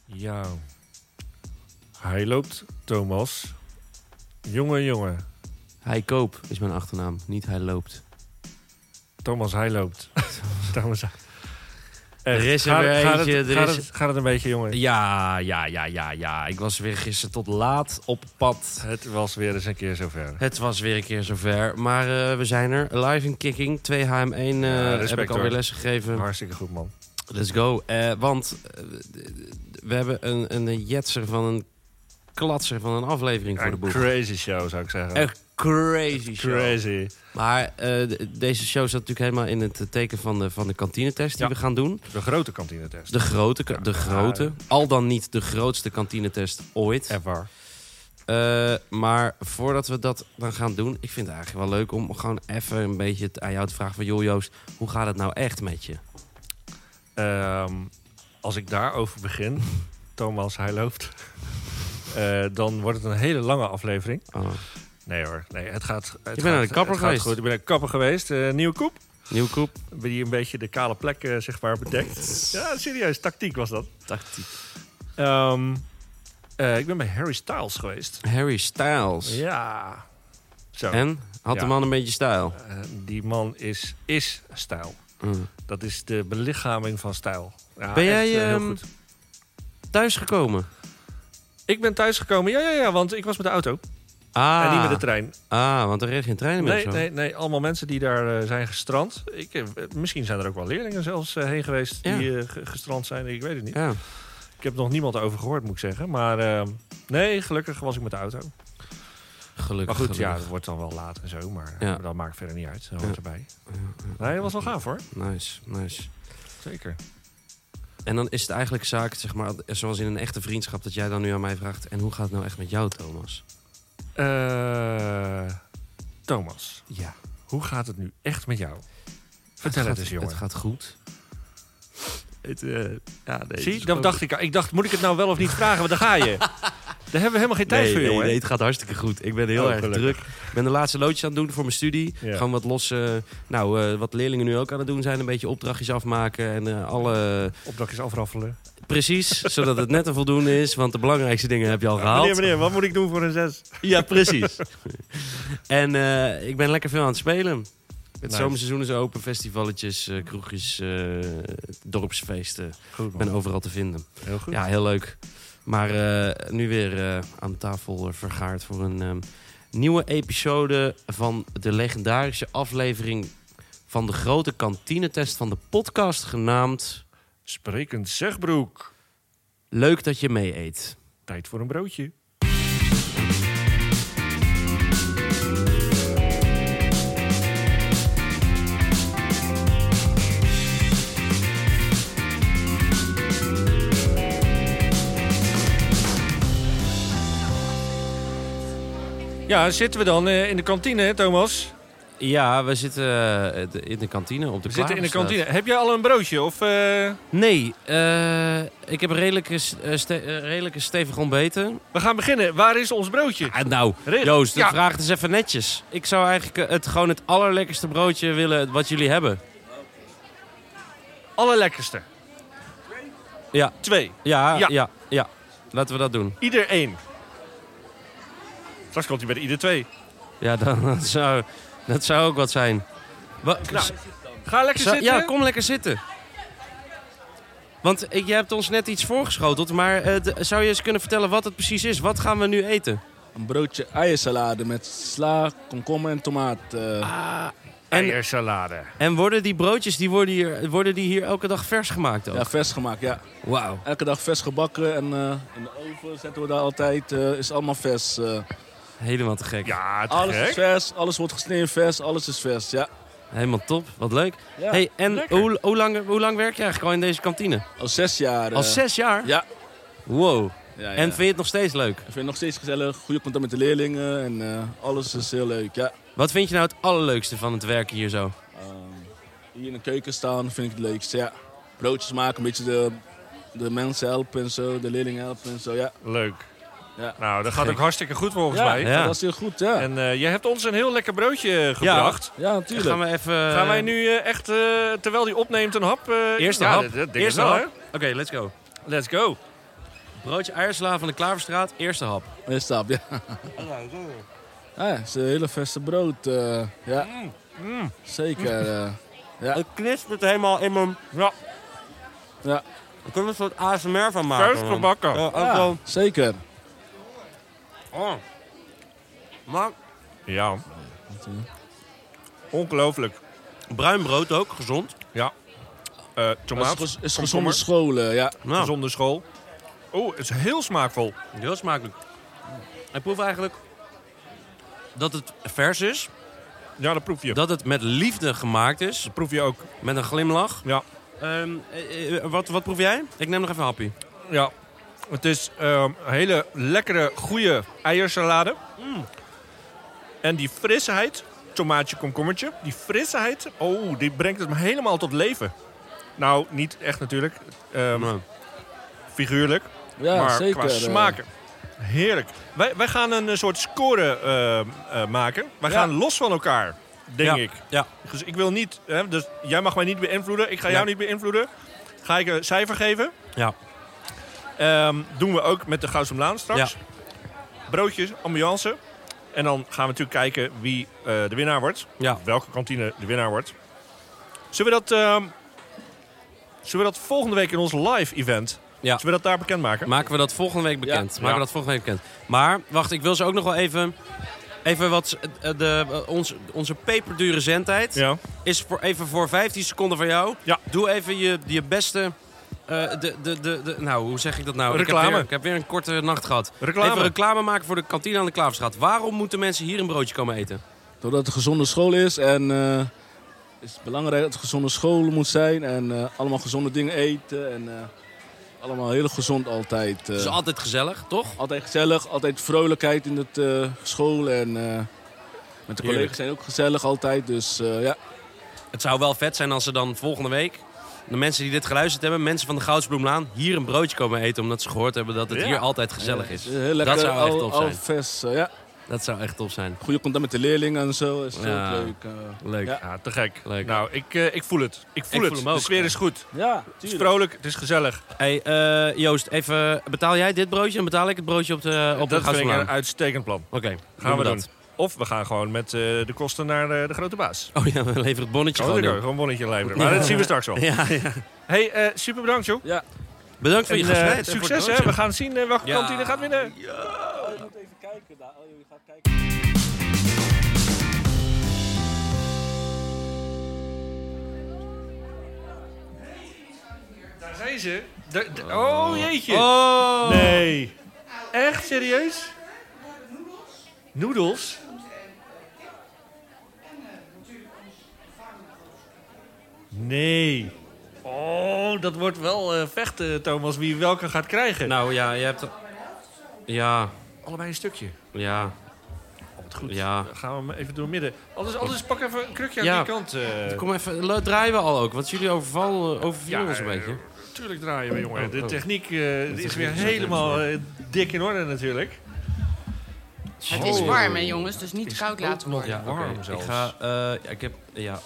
Ja. Hij loopt, Thomas. Jongen. Hij Koop is mijn achternaam, niet Hij Loopt. Thomas, hij loopt. Thomas, Er is er weer eentje. Gaat het een beetje, jongen? Ja. Ik was weer gisteren tot laat op pad. Het was weer eens een keer zover. Het was weer een keer zover. Maar we zijn er. Live in Kicking. 2 HM1 heb ik alweer les gegeven. Hartstikke goed, man. Let's go. Want we hebben een jetser van een klatser van een aflevering voor de boeg. Crazy show, zou ik zeggen. Echt crazy show. Crazy. Maar deze show staat natuurlijk helemaal in het teken van de kantinetest die we gaan doen. De grote kantinetest. De grote. Al dan niet de grootste kantinetest ooit. Ever. Maar voordat we dat dan gaan doen, ik vind het eigenlijk wel leuk om gewoon even een beetje aan jou te vragen van... Joh, Joost, hoe gaat het nou echt met je? Als ik daarover begin, Thomas, hij loopt... dan wordt het een hele lange aflevering. Oh. Nee hoor, nee, het gaat... Je bent naar de kapper geweest. Goed. Ik ben naar de kapper geweest. Nieuwe koep. Nieuwe koep. Die een beetje de kale plek zeg maar bedekt. Ja, serieus. Tactiek was dat. Tactiek. Ik ben bij Harry Styles geweest. Harry Styles. Ja. Zo. En? Had de man een beetje stijl? Die man is stijl. Dat is de belichaming van stijl. Ja, ben jij heel goed. thuisgekomen? Ik ben thuisgekomen, ja, want ik was met de auto. En niet met de trein. Want er reed geen trein meer. Nee, allemaal mensen die daar zijn gestrand. Misschien zijn er ook wel leerlingen zelfs heen geweest die gestrand zijn. Ik weet het niet. Ja. Ik heb nog niemand over gehoord, moet ik zeggen. Maar nee, gelukkig was ik met de auto. Gelukkig. Maar goed, ja, het wordt dan wel laat en zo. Maar dat maakt verder niet uit. Dat hoort erbij. Nee, dat was wel gaaf hoor. Nice. Zeker. En dan is het eigenlijk zaak, zeg maar, zoals in een echte vriendschap... dat jij dan nu aan mij vraagt... en hoe gaat het nou echt met jou, Thomas? Thomas. Ja. Hoe gaat het nu echt met jou? Vertel het eens, jongen. Het gaat goed. Zie, dat dacht ik. Ik dacht, moet ik het nou wel of niet vragen? Want daar ga je. Daar hebben we helemaal geen tijd voor, jongen. Nee, het gaat hartstikke goed. Ik ben heel erg druk. Ik ben de laatste loodjes aan het doen voor mijn studie. Ja. Gewoon wat losse... wat leerlingen nu ook aan het doen zijn. Een beetje opdrachtjes afmaken en alle... Opdrachtjes afraffelen. Precies, zodat het net een voldoende is. Want de belangrijkste dingen heb je al gehaald. Meneer, wat moet ik doen voor een 6? Ja, precies. En ik ben lekker veel aan het spelen. Het zomerseizoen is open, festivalletjes, kroegjes, dorpsfeesten. Goed, ik ben overal te vinden. Heel goed. Ja, heel leuk. Maar nu weer aan de tafel vergaard voor een nieuwe episode van de legendarische aflevering van de grote kantinetest van de podcast genaamd... Sprekend Zegbroek. Leuk dat je mee eet. Tijd voor een broodje. Ja, zitten we dan in de kantine, Thomas? Ja, we zitten in de kantine op de We zitten in de Klaverstraat. kantine. Heb jij al een broodje? Of, Nee, ik heb redelijk stevig ontbeten. We gaan beginnen. Waar is ons broodje? Joost, vraag het eens even netjes. Ik zou eigenlijk gewoon het allerlekkerste broodje willen wat jullie hebben. Allerlekkerste. Ja. 2. Ja. Laten we dat doen. Ieder 1. Straks komt hij bij de ieder 2. Ja, dat zou ook wat zijn. Ga lekker zitten. Ja, kom lekker zitten. Want je hebt ons net iets voorgeschoteld, maar zou je eens kunnen vertellen wat het precies is? Wat gaan we nu eten? Een broodje eiersalade met sla, komkommer en tomaat. Eiersalade. En worden die broodjes worden die hier elke dag vers gemaakt ook? Ja, vers gemaakt, ja. Wauw. Elke dag vers gebakken en in de oven zetten we daar altijd. Is allemaal vers. Helemaal te gek. Ja, te alles gek. is vers, alles wordt gesneden vers, alles is vers, ja. Helemaal top, wat leuk. Ja, hey, en hoe lang werk je eigenlijk al in deze kantine? Al 6 jaar. Al 6 jaar? Ja. Wow. Ja. En vind je het nog steeds leuk? Ik vind het nog steeds gezellig, goede contact met de leerlingen en alles is heel leuk, ja. Wat vind je nou het allerleukste van het werken hier zo? Hier in de keuken staan vind ik het leukste, ja. Broodjes maken, een beetje de mensen helpen en zo, de leerlingen helpen en zo, ja. Leuk. Ja. Nou, dat gaat ook hartstikke goed volgens mij. Ja. Dat is heel goed, ja. En je hebt ons een heel lekker broodje gebracht. Ja, natuurlijk. Gaan wij nu echt, terwijl die opneemt, een hap? Eerste ja, hap. Dat denk ik Eerste wel, hap. hè? Oké, let's go. Let's go. Broodje eiersla van de Klaverstraat, eerste hap. Eerste hap, ja. Ja, het is een hele verse brood. Ja, zeker. Ja. Het knispert helemaal in mijn... Ja, Ja. Ik kan er een soort ASMR van maken. vers gebakken. Ja, zeker. Oh. Maar Ja. Ongelooflijk. bruin brood ook, gezond. Ja. Tomaat. Het is gezonde komkommer, scholen, ja. Nou, gezonde school. Oh, het is heel smaakvol. heel smakelijk. Ik proef eigenlijk dat het vers is. Ja, dat proef je. Dat het met liefde gemaakt is. Dat proef je ook. Met een glimlach. Ja. Wat proef jij? Ik neem nog even een hapje. Ja. Het is een hele lekkere, goede eiersalade. En die frisheid, tomaatje, komkommertje, die frisheid, oh, die brengt het me helemaal tot leven. Nou, niet echt natuurlijk, Nou, figuurlijk, Ja, maar zeker. qua smaken. Heerlijk. Wij gaan een soort score maken. Wij gaan los van elkaar, denk ik. Ja. Dus ik wil niet, dus jij mag mij niet beïnvloeden, ik ga jou niet beïnvloeden. Ga ik een cijfer geven. Ja. Doen we ook met de Goudsbloemlaan straks. Broodjes, ambiance. En dan gaan we natuurlijk kijken wie de winnaar wordt. Ja. Welke kantine de winnaar wordt. Zullen we dat volgende week in ons live event... Ja. Zullen we dat daar bekendmaken? Maken we dat volgende week bekend. Ja. Maken we dat volgende week bekend. Maar, wacht, ik wil ze ook nog wel even wat... Onze peperdure zendtijd Ja. is voor 15 seconden van jou. Ja. Doe even je beste... nou, hoe zeg ik dat nou? Reclame. Ik heb weer een korte nacht gehad. Reclame. Even reclame maken voor de kantine aan de Klaverstraat. Waarom moeten mensen hier een broodje komen eten? Doordat het een gezonde school is en is het belangrijk dat het een gezonde school moet zijn. En allemaal gezonde dingen eten en allemaal heel gezond altijd. Het is altijd gezellig, toch? Altijd gezellig, altijd vrolijkheid in het school. En met de Heerlijk. collega's zijn ook gezellig altijd. Dus ja. Het zou wel vet zijn als ze dan volgende week... de mensen die dit geluisterd hebben, mensen van de Goudsbloemlaan... hier een broodje komen eten omdat ze gehoord hebben dat het Ja. hier altijd gezellig is. Heel lekker, Dat zou echt top zijn. vers, ja. Dat zou echt top zijn. Goede contact met de leerlingen en zo. Is Ja. ook leuk. Leuk. Ja. Ja, te gek. Leuk. Nou, ik voel het. Ik voel voel het. hem ook. De sfeer is goed. Ja, Het is vrolijk, het is gezellig. Hey, Joost, even, betaal jij dit broodje en betaal ik het broodje op de Dat vind ik Goudsbloemlaan? een uitstekend plan. Oké, Gaan we doen. dat. Of we gaan gewoon met de kosten naar de grote baas. Oh ja, we leveren het bonnetje Oh, gewoon gewoon in. een bonnetje leveren. Maar dat zien we straks wel. Ja, ja. Hey, super bedankt, joh. Ja. Bedankt voor je En, gastvrijheid. en voor succes, het hè. broodje. We gaan zien welke Ja. kantine gaat winnen. Oh, je moet even kijken. Je gaat kijken. Daar zijn ze. Oh, jeetje. Oh! Nee. Echt, serieus? Noedels? Nee. Oh, dat wordt wel vechten, Thomas, wie welke gaat krijgen. Nou ja, je hebt... Ja, Allebei een stukje. ja, Oh, wat goed. ja. Dan gaan we hem even door midden. Anders pak even een krukje aan Ja. die kant. Kom even, draaien we al ook. Want jullie overvielen ons een beetje. Tuurlijk draaien we, jongen. Oh, De oh. techniek is techniek weer is helemaal dik in orde natuurlijk. Het is warm, hè, jongens, dus niet koud laten worden. Ja, warm oké. zelfs. Ik ga... ik heb... Ja.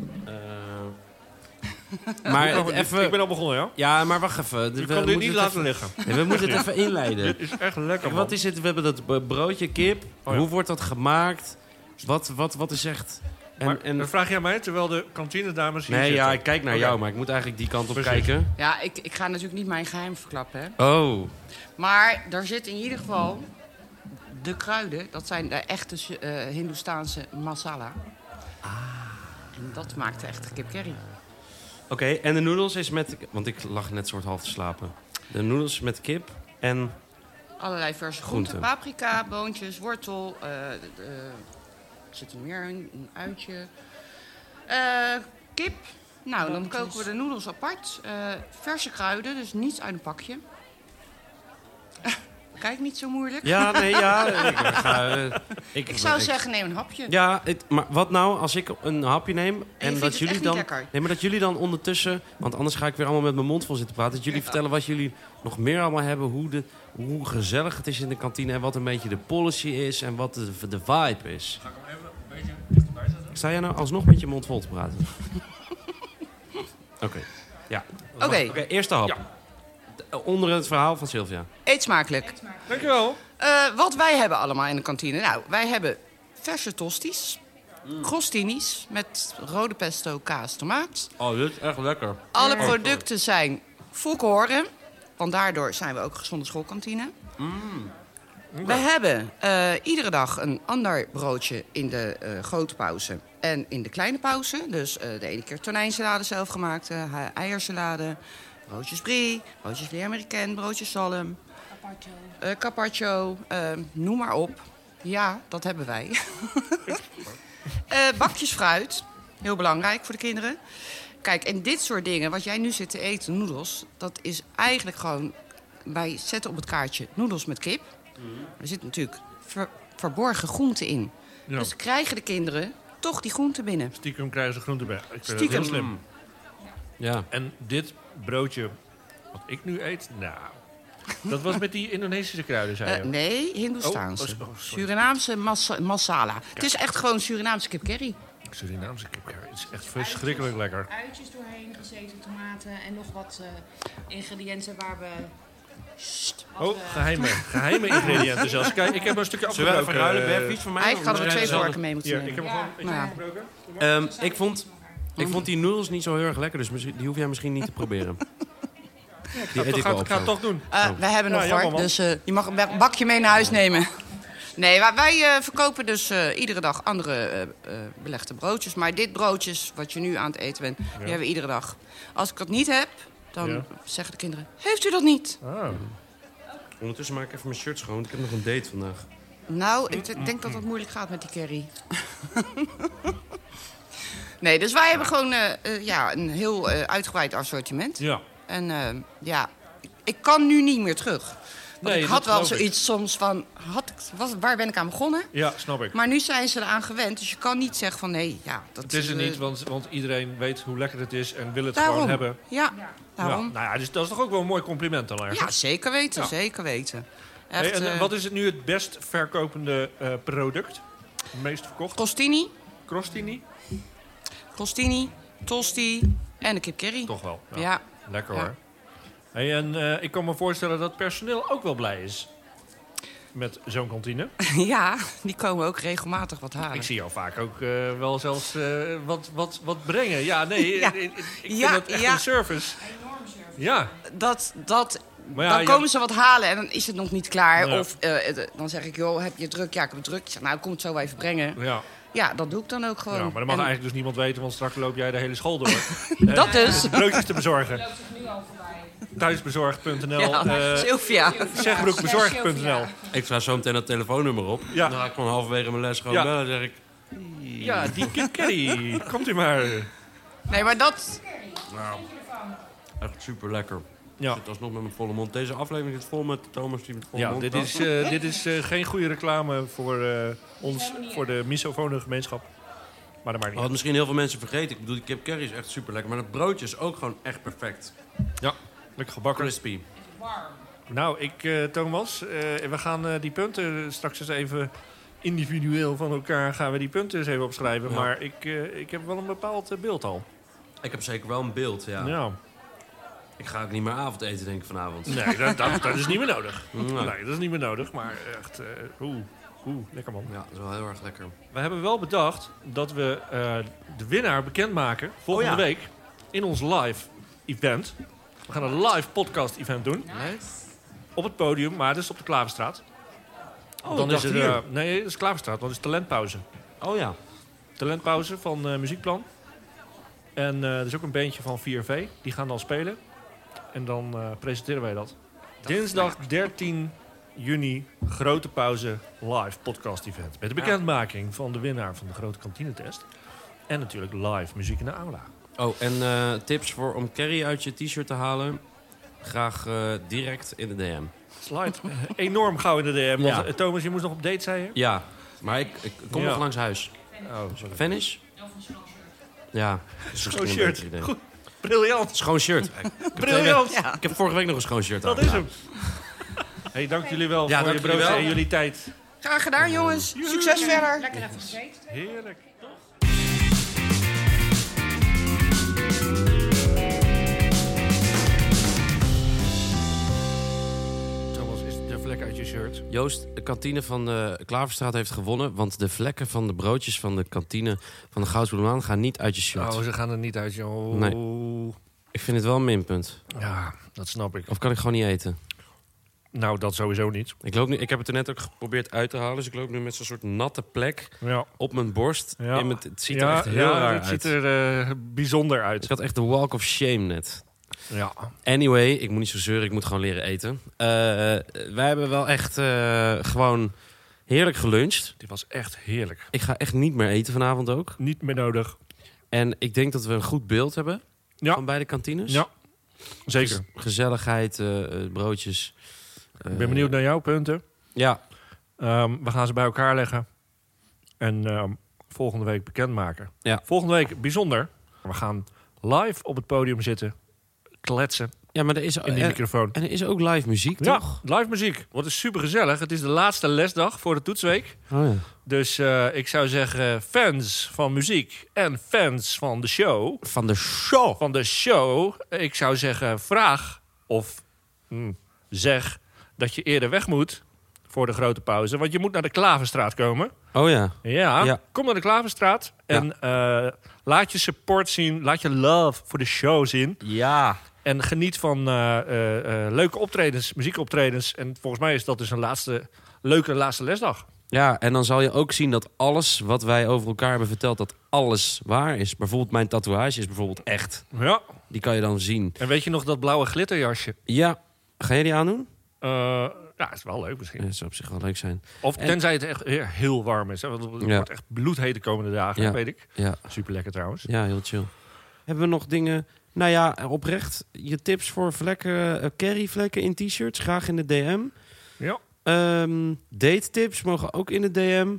Maar Ik even... ben al begonnen, ja? Ja, maar wacht even. Je We kan dit moeten niet het laten even- liggen. Nee, we moeten het even inleiden. Dit is echt lekker, Kijk, man. wat is het? We hebben dat broodje kip. Oh ja. Hoe wordt dat gemaakt? Wat is echt... Maar dan vraag jij mij, terwijl de kantinedames hier Nee, zitten. ja, ik kijk naar Oké. jou, maar ik moet eigenlijk die kant op Precies. kijken. Ja, ik ga natuurlijk niet mijn geheim verklappen, hè. Oh. Maar daar zit in ieder geval de kruiden. Dat zijn de echte Hindoestaanse masala. En dat maakt de echte kip curry. Oké, en de noedels is met... Want ik lag net soort half te slapen. De noedels met kip en... Allerlei verse groenten. Groenten. Paprika, boontjes, wortel. Zit er meer in? Een uitje. Kip. Nou, dan koken we de noedels apart. Verse kruiden, dus niet uit een pakje. Kijk, niet zo moeilijk. Ja, nee, ja. Ik zou zeggen, neem een hapje. Ja, maar wat nou als ik een hapje neem en vindt dat het jullie echt dan... niet lekker? Nee, maar dat jullie dan ondertussen... Want anders ga ik weer allemaal met mijn mond vol zitten praten. Dat jullie vertellen wat jullie nog meer allemaal hebben. Hoe gezellig het is in de kantine. En wat een beetje de policy is. En wat de vibe is. Ga ik hem even een beetje dichterbij zetten? Sta jij nou alsnog met je mond vol te praten? Oké. Ja. Oké. Oké, eerste hap. Ja. onder het verhaal van Sylvia. Eet smakelijk. Dankjewel. Wat wij hebben allemaal in de kantine. Nou, wij hebben verse tosties. Crostini's met rode pesto, kaas, tomaat. Oh, dit is echt lekker. Alle producten zijn volkoren. Want daardoor zijn we ook een gezonde schoolkantine. We hebben iedere dag een ander broodje in de grote pauze en in de kleine pauze. Dus de ene keer tonijnsalade zelfgemaakte, eiersalade, broodjes brie, broodjes leer-americain, broodjes zalm, carpaccio, noem maar op. Ja, dat hebben wij. Bakjes fruit, heel belangrijk voor de kinderen. Kijk, en dit soort dingen, wat jij nu zit te eten, noedels, dat is eigenlijk gewoon, wij zetten op het kaartje noedels met kip. Er zit natuurlijk verborgen groente in. Ja. Dus krijgen de kinderen toch die groente binnen. Stiekem krijgen ze groente bij. Ik vind het Stiekem. heel slim. Ja. En dit broodje, wat ik nu eet, nou... Dat was met die Indonesische kruiden, zei je? Nee, Hindoestaanse. sorry. Surinaamse masala. Het is echt gewoon Surinaamse kip curry. Surinaamse kipcurry. Het is echt verschrikkelijk lekker. Uitjes doorheen gezeten, tomaten en nog wat ingrediënten waar we... Geheime ingrediënten zelfs. Kijk, ik heb een stukje Zullen we afgebroken. even ruilen? Ben je fiets van mij? Eigenlijk hadden we 2 vorken mee moeten Hier, nemen. ik heb hem gewoon een beetje Ja. afgebroken. Ik vond die noedels niet zo heel erg lekker, dus die hoef jij misschien niet te proberen. Die eet ik wel Ik ga het toch doen. We hebben nog jammer, hoor, man. dus je mag een bakje mee naar huis nemen. Nee, wij verkopen dus iedere dag andere belegde broodjes. Maar dit broodjes, wat je nu aan het eten bent, die hebben we iedere dag. Als ik dat niet heb, dan zeggen de kinderen, heeft u dat niet? Ah. Ondertussen maak ik even mijn shirt schoon, want ik heb nog een date vandaag. Nou, ik denk dat het moeilijk gaat met die curry. Nee, dus wij hebben gewoon een heel uitgebreid assortiment. Ja. En ik kan nu niet meer terug. Want Nee, ik had dat wel geloof ik. zoiets soms van, waar ben ik aan begonnen? Ja, snap ik. Maar nu zijn ze eraan gewend, dus je kan niet zeggen van nee, ja, dat Het is er niet, want iedereen weet hoe lekker het is en wil het gewoon hebben. Ja, daarom. Ja, nou ja, dus dat is toch ook wel een mooi compliment dan Ja, ergens. zeker weten, Ja. zeker weten. Hey, Echt, en wat is het nu het best verkopende product? Het meest verkocht? Crostini, tosti en de kip curry. Toch wel. Ja. Lekker Ja. hoor. Hey, en ik kan me voorstellen dat het personeel ook wel blij is. Met zo'n kantine. Ja, die komen ook regelmatig wat halen. Ik zie jou vaak ook wel zelfs wat brengen. Ja, nee, Ja. ik vind Ja, dat echt ja. een service. Ja, Dan ja, komen ze wat halen en dan is het nog niet klaar. Ja. Of dan zeg ik, joh, heb je het druk? Ja, ik heb het druk. Ik zeg, nou, kom het zo wel even brengen. ja. Ja, dat doe ik dan ook gewoon. Ja, maar dat mag En eigenlijk dus niemand weten, want straks loop jij de hele school door. dat dus. Broodjes te bezorgen. loopt zich nu al voorbij. Thuisbezorgd.nl. Ja, Sylvia. Zegbroekbezorgd.nl. Ik sla zo meteen dat telefoonnummer op. Ja. Dan ga ik gewoon halverwege mijn les gewoon Ja. bellen en zeg ik... Ja, die kip curry. Komt u maar. Nee, maar dat... Nou, echt super lekker. Ja. Ik zit alsnog met mijn volle mond. Deze aflevering zit vol met Thomas die met volle Ja, mond dit is geen goede reclame voor ons, voor de misofone gemeenschap. Maar dat maakt niet Wat uit. misschien heel veel mensen vergeten. Ik bedoel, die kip curry is echt super lekker. Maar het broodje is ook gewoon echt perfect. Ja, lekker gebakken. Crispy. Nou, Thomas, we gaan die punten straks eens even individueel van elkaar gaan we die punten eens even opschrijven. Ja. Maar ik heb wel een bepaald beeld al. Ik heb zeker wel een beeld, ja. Ja. Ik ga ook niet meer avondeten, denk ik, vanavond. Nee, dat is niet meer nodig. Nee. Nee, dat is niet meer nodig. Maar echt, lekker man. Ja, dat is wel heel erg lekker. We hebben wel bedacht dat we de winnaar bekendmaken volgende week in ons live event. We gaan een live podcast event doen. Op het podium, maar dat is op de Klaverstraat. Oh, Dan ik is dacht het, hier. nee, dat is Klaverstraat, want het is talentpauze. Oh ja. Talentpauze van Muziekplan. En er is ook een bandje van 4V, die gaan dan spelen. En dan presenteren wij dat. Dinsdag 13 juni, grote pauze, live podcast event. Met de bekendmaking van de winnaar van de grote kantinetest. En natuurlijk live muziek in de aula. Oh, en tips om curry uit je t-shirt te halen? Graag direct in de DM. Slide. Enorm gauw in de DM. Want, Ja. Thomas, je moest nog op date, zei je? Ja, maar ik kom Ja. nog langs huis. Oh, sorry. Vanish? Ja. Schoon shirt. Goed. Briljant. Schoon shirt. Briljant. Ja. Ik heb vorige week nog een schoon shirt Dat aan. is hem. Hey, dank jullie wel Ja, voor dank je jullie brood wel. en jullie tijd. Graag gedaan, jongens. Succes verder. Lekker even gegeten. Heerlijk. vlek uit je shirt. Joost, de kantine van de Klaverstraat heeft gewonnen. Want de vlekken van de broodjes van de kantine van de Goudse Maan gaan niet uit je shirt. Oh, ze gaan er niet uit, joh. Nee. Ik vind het wel een minpunt. Ja, dat snap ik. Of kan ik gewoon niet eten? Nou, dat sowieso niet. Ik heb het er net ook geprobeerd uit te halen. Dus ik loop nu met zo'n soort natte plek Ja. op mijn borst. Ja. Het ziet er echt heel raar uit. Het ziet er bijzonder uit. Ik had echt de walk of shame net. Ja. Anyway, ik moet niet zo zeuren. Ik moet gewoon leren eten. Wij hebben wel echt gewoon heerlijk geluncht. Die was echt heerlijk. Ik ga echt niet meer eten vanavond ook. Niet meer nodig. En ik denk dat we een goed beeld hebben van beide kantines. Ja, zeker. Gezelligheid, broodjes. Ik ben benieuwd naar jouw punten. Ja. We gaan ze bij elkaar leggen. En volgende week bekendmaken. Ja. Volgende week bijzonder. We gaan live op het podium zitten. Kletsen Ja, maar er is, in die microfoon. En er is ook live muziek, Ja, toch? live muziek. Wat is super gezellig. Het is de laatste lesdag voor de toetsweek. Oh, ja. Dus ik zou zeggen, fans van muziek en fans van de show. Van de show? Ik zou zeggen, vraag of zeg dat je eerder weg moet voor de grote pauze. Want je moet naar de Klaverstraat komen. Oh ja. Ja. Kom naar de Klaverstraat. En laat je support zien. Laat je love voor de show zien. Ja. En geniet van leuke optredens, muziekoptredens. En volgens mij is dat dus een leuke laatste lesdag. Ja, en dan zal je ook zien dat alles wat wij over elkaar hebben verteld, dat alles waar is. Bijvoorbeeld mijn tatoeage is bijvoorbeeld echt. Ja. Die kan je dan zien. En weet je nog dat blauwe glitterjasje? Ja. Ga jij die aandoen? Ja, is wel leuk misschien. Ja, dat zou op zich wel leuk zijn. Of tenzij het echt heel warm is. Hè? Want het wordt echt bloedheet de komende dagen, weet ik. Ja. Super lekker trouwens. Ja, heel chill. Hebben we nog dingen... Nou ja, oprecht. Je tips voor vlekken, carryvlekken in t-shirts. Graag in de DM. Ja. Date tips mogen ook in de DM.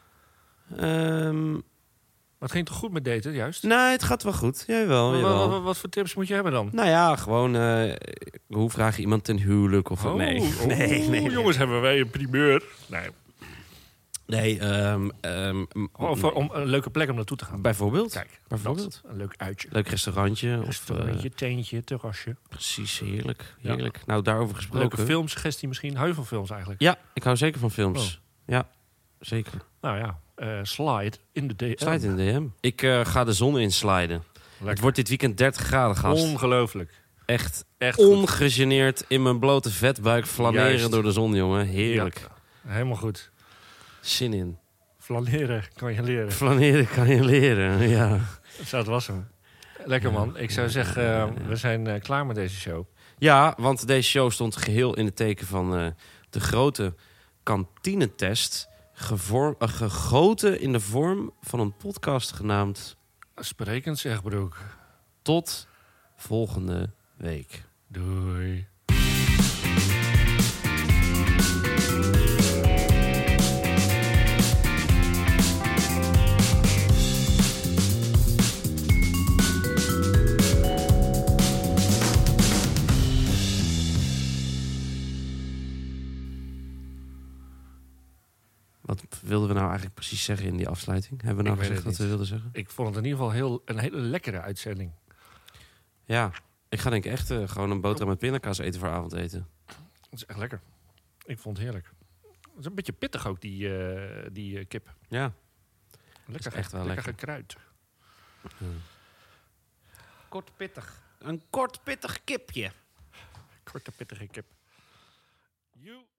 Maar het ging toch goed met daten, juist? Nee, het gaat wel goed. Jawel. Wat voor tips moet je hebben dan? Nou ja, gewoon... hoe vraag je iemand ten huwelijk? Of nee. Jongens, hebben wij een primeur. Nee. Om een leuke plek om naartoe te gaan. Bijvoorbeeld. Kijk, bijvoorbeeld. Een leuk uitje. Leuk restaurantje. Restaurantje, teentje, terrasje. Precies, heerlijk. Heerlijk. Nou, daarover gesproken. Leuke filmsuggestie misschien. Hou je van films eigenlijk? Ja, ik hou zeker van films. Ja, zeker. Nou ja, slide in de DM. Slide in de DM. Ik ga de zon insliden. Het wordt dit weekend 30 graden, gast. Ongelooflijk. Echt ongegeneerd in mijn blote vetbuik flaneren door de zon, jongen. Heerlijk. Ja, helemaal goed. Zin in. Flaneren kan je leren. Flaneren kan je leren, ja. Zo, het was hem. Lekker man. Ik zou zeggen, we zijn klaar met deze show. Ja, want deze show stond geheel in het teken van de grote kantinetest. Gegoten in de vorm van een podcast genaamd... Sprekend zeg, broek. Tot volgende week. Doei. Wat wilden we nou eigenlijk precies zeggen in die afsluiting? Hebben we nou gezegd wat we wilden zeggen? Ik vond het in ieder geval een hele lekkere uitzending. Ja, ik ga denk ik echt gewoon een boterham met pindakaas eten voor avondeten. Dat is echt lekker. Ik vond het heerlijk. Het is een beetje pittig ook, die kip. Ja. Lekker, echt wel lekker gekruid. Kort pittig. Een kort pittig kipje. Korte pittige kip. You.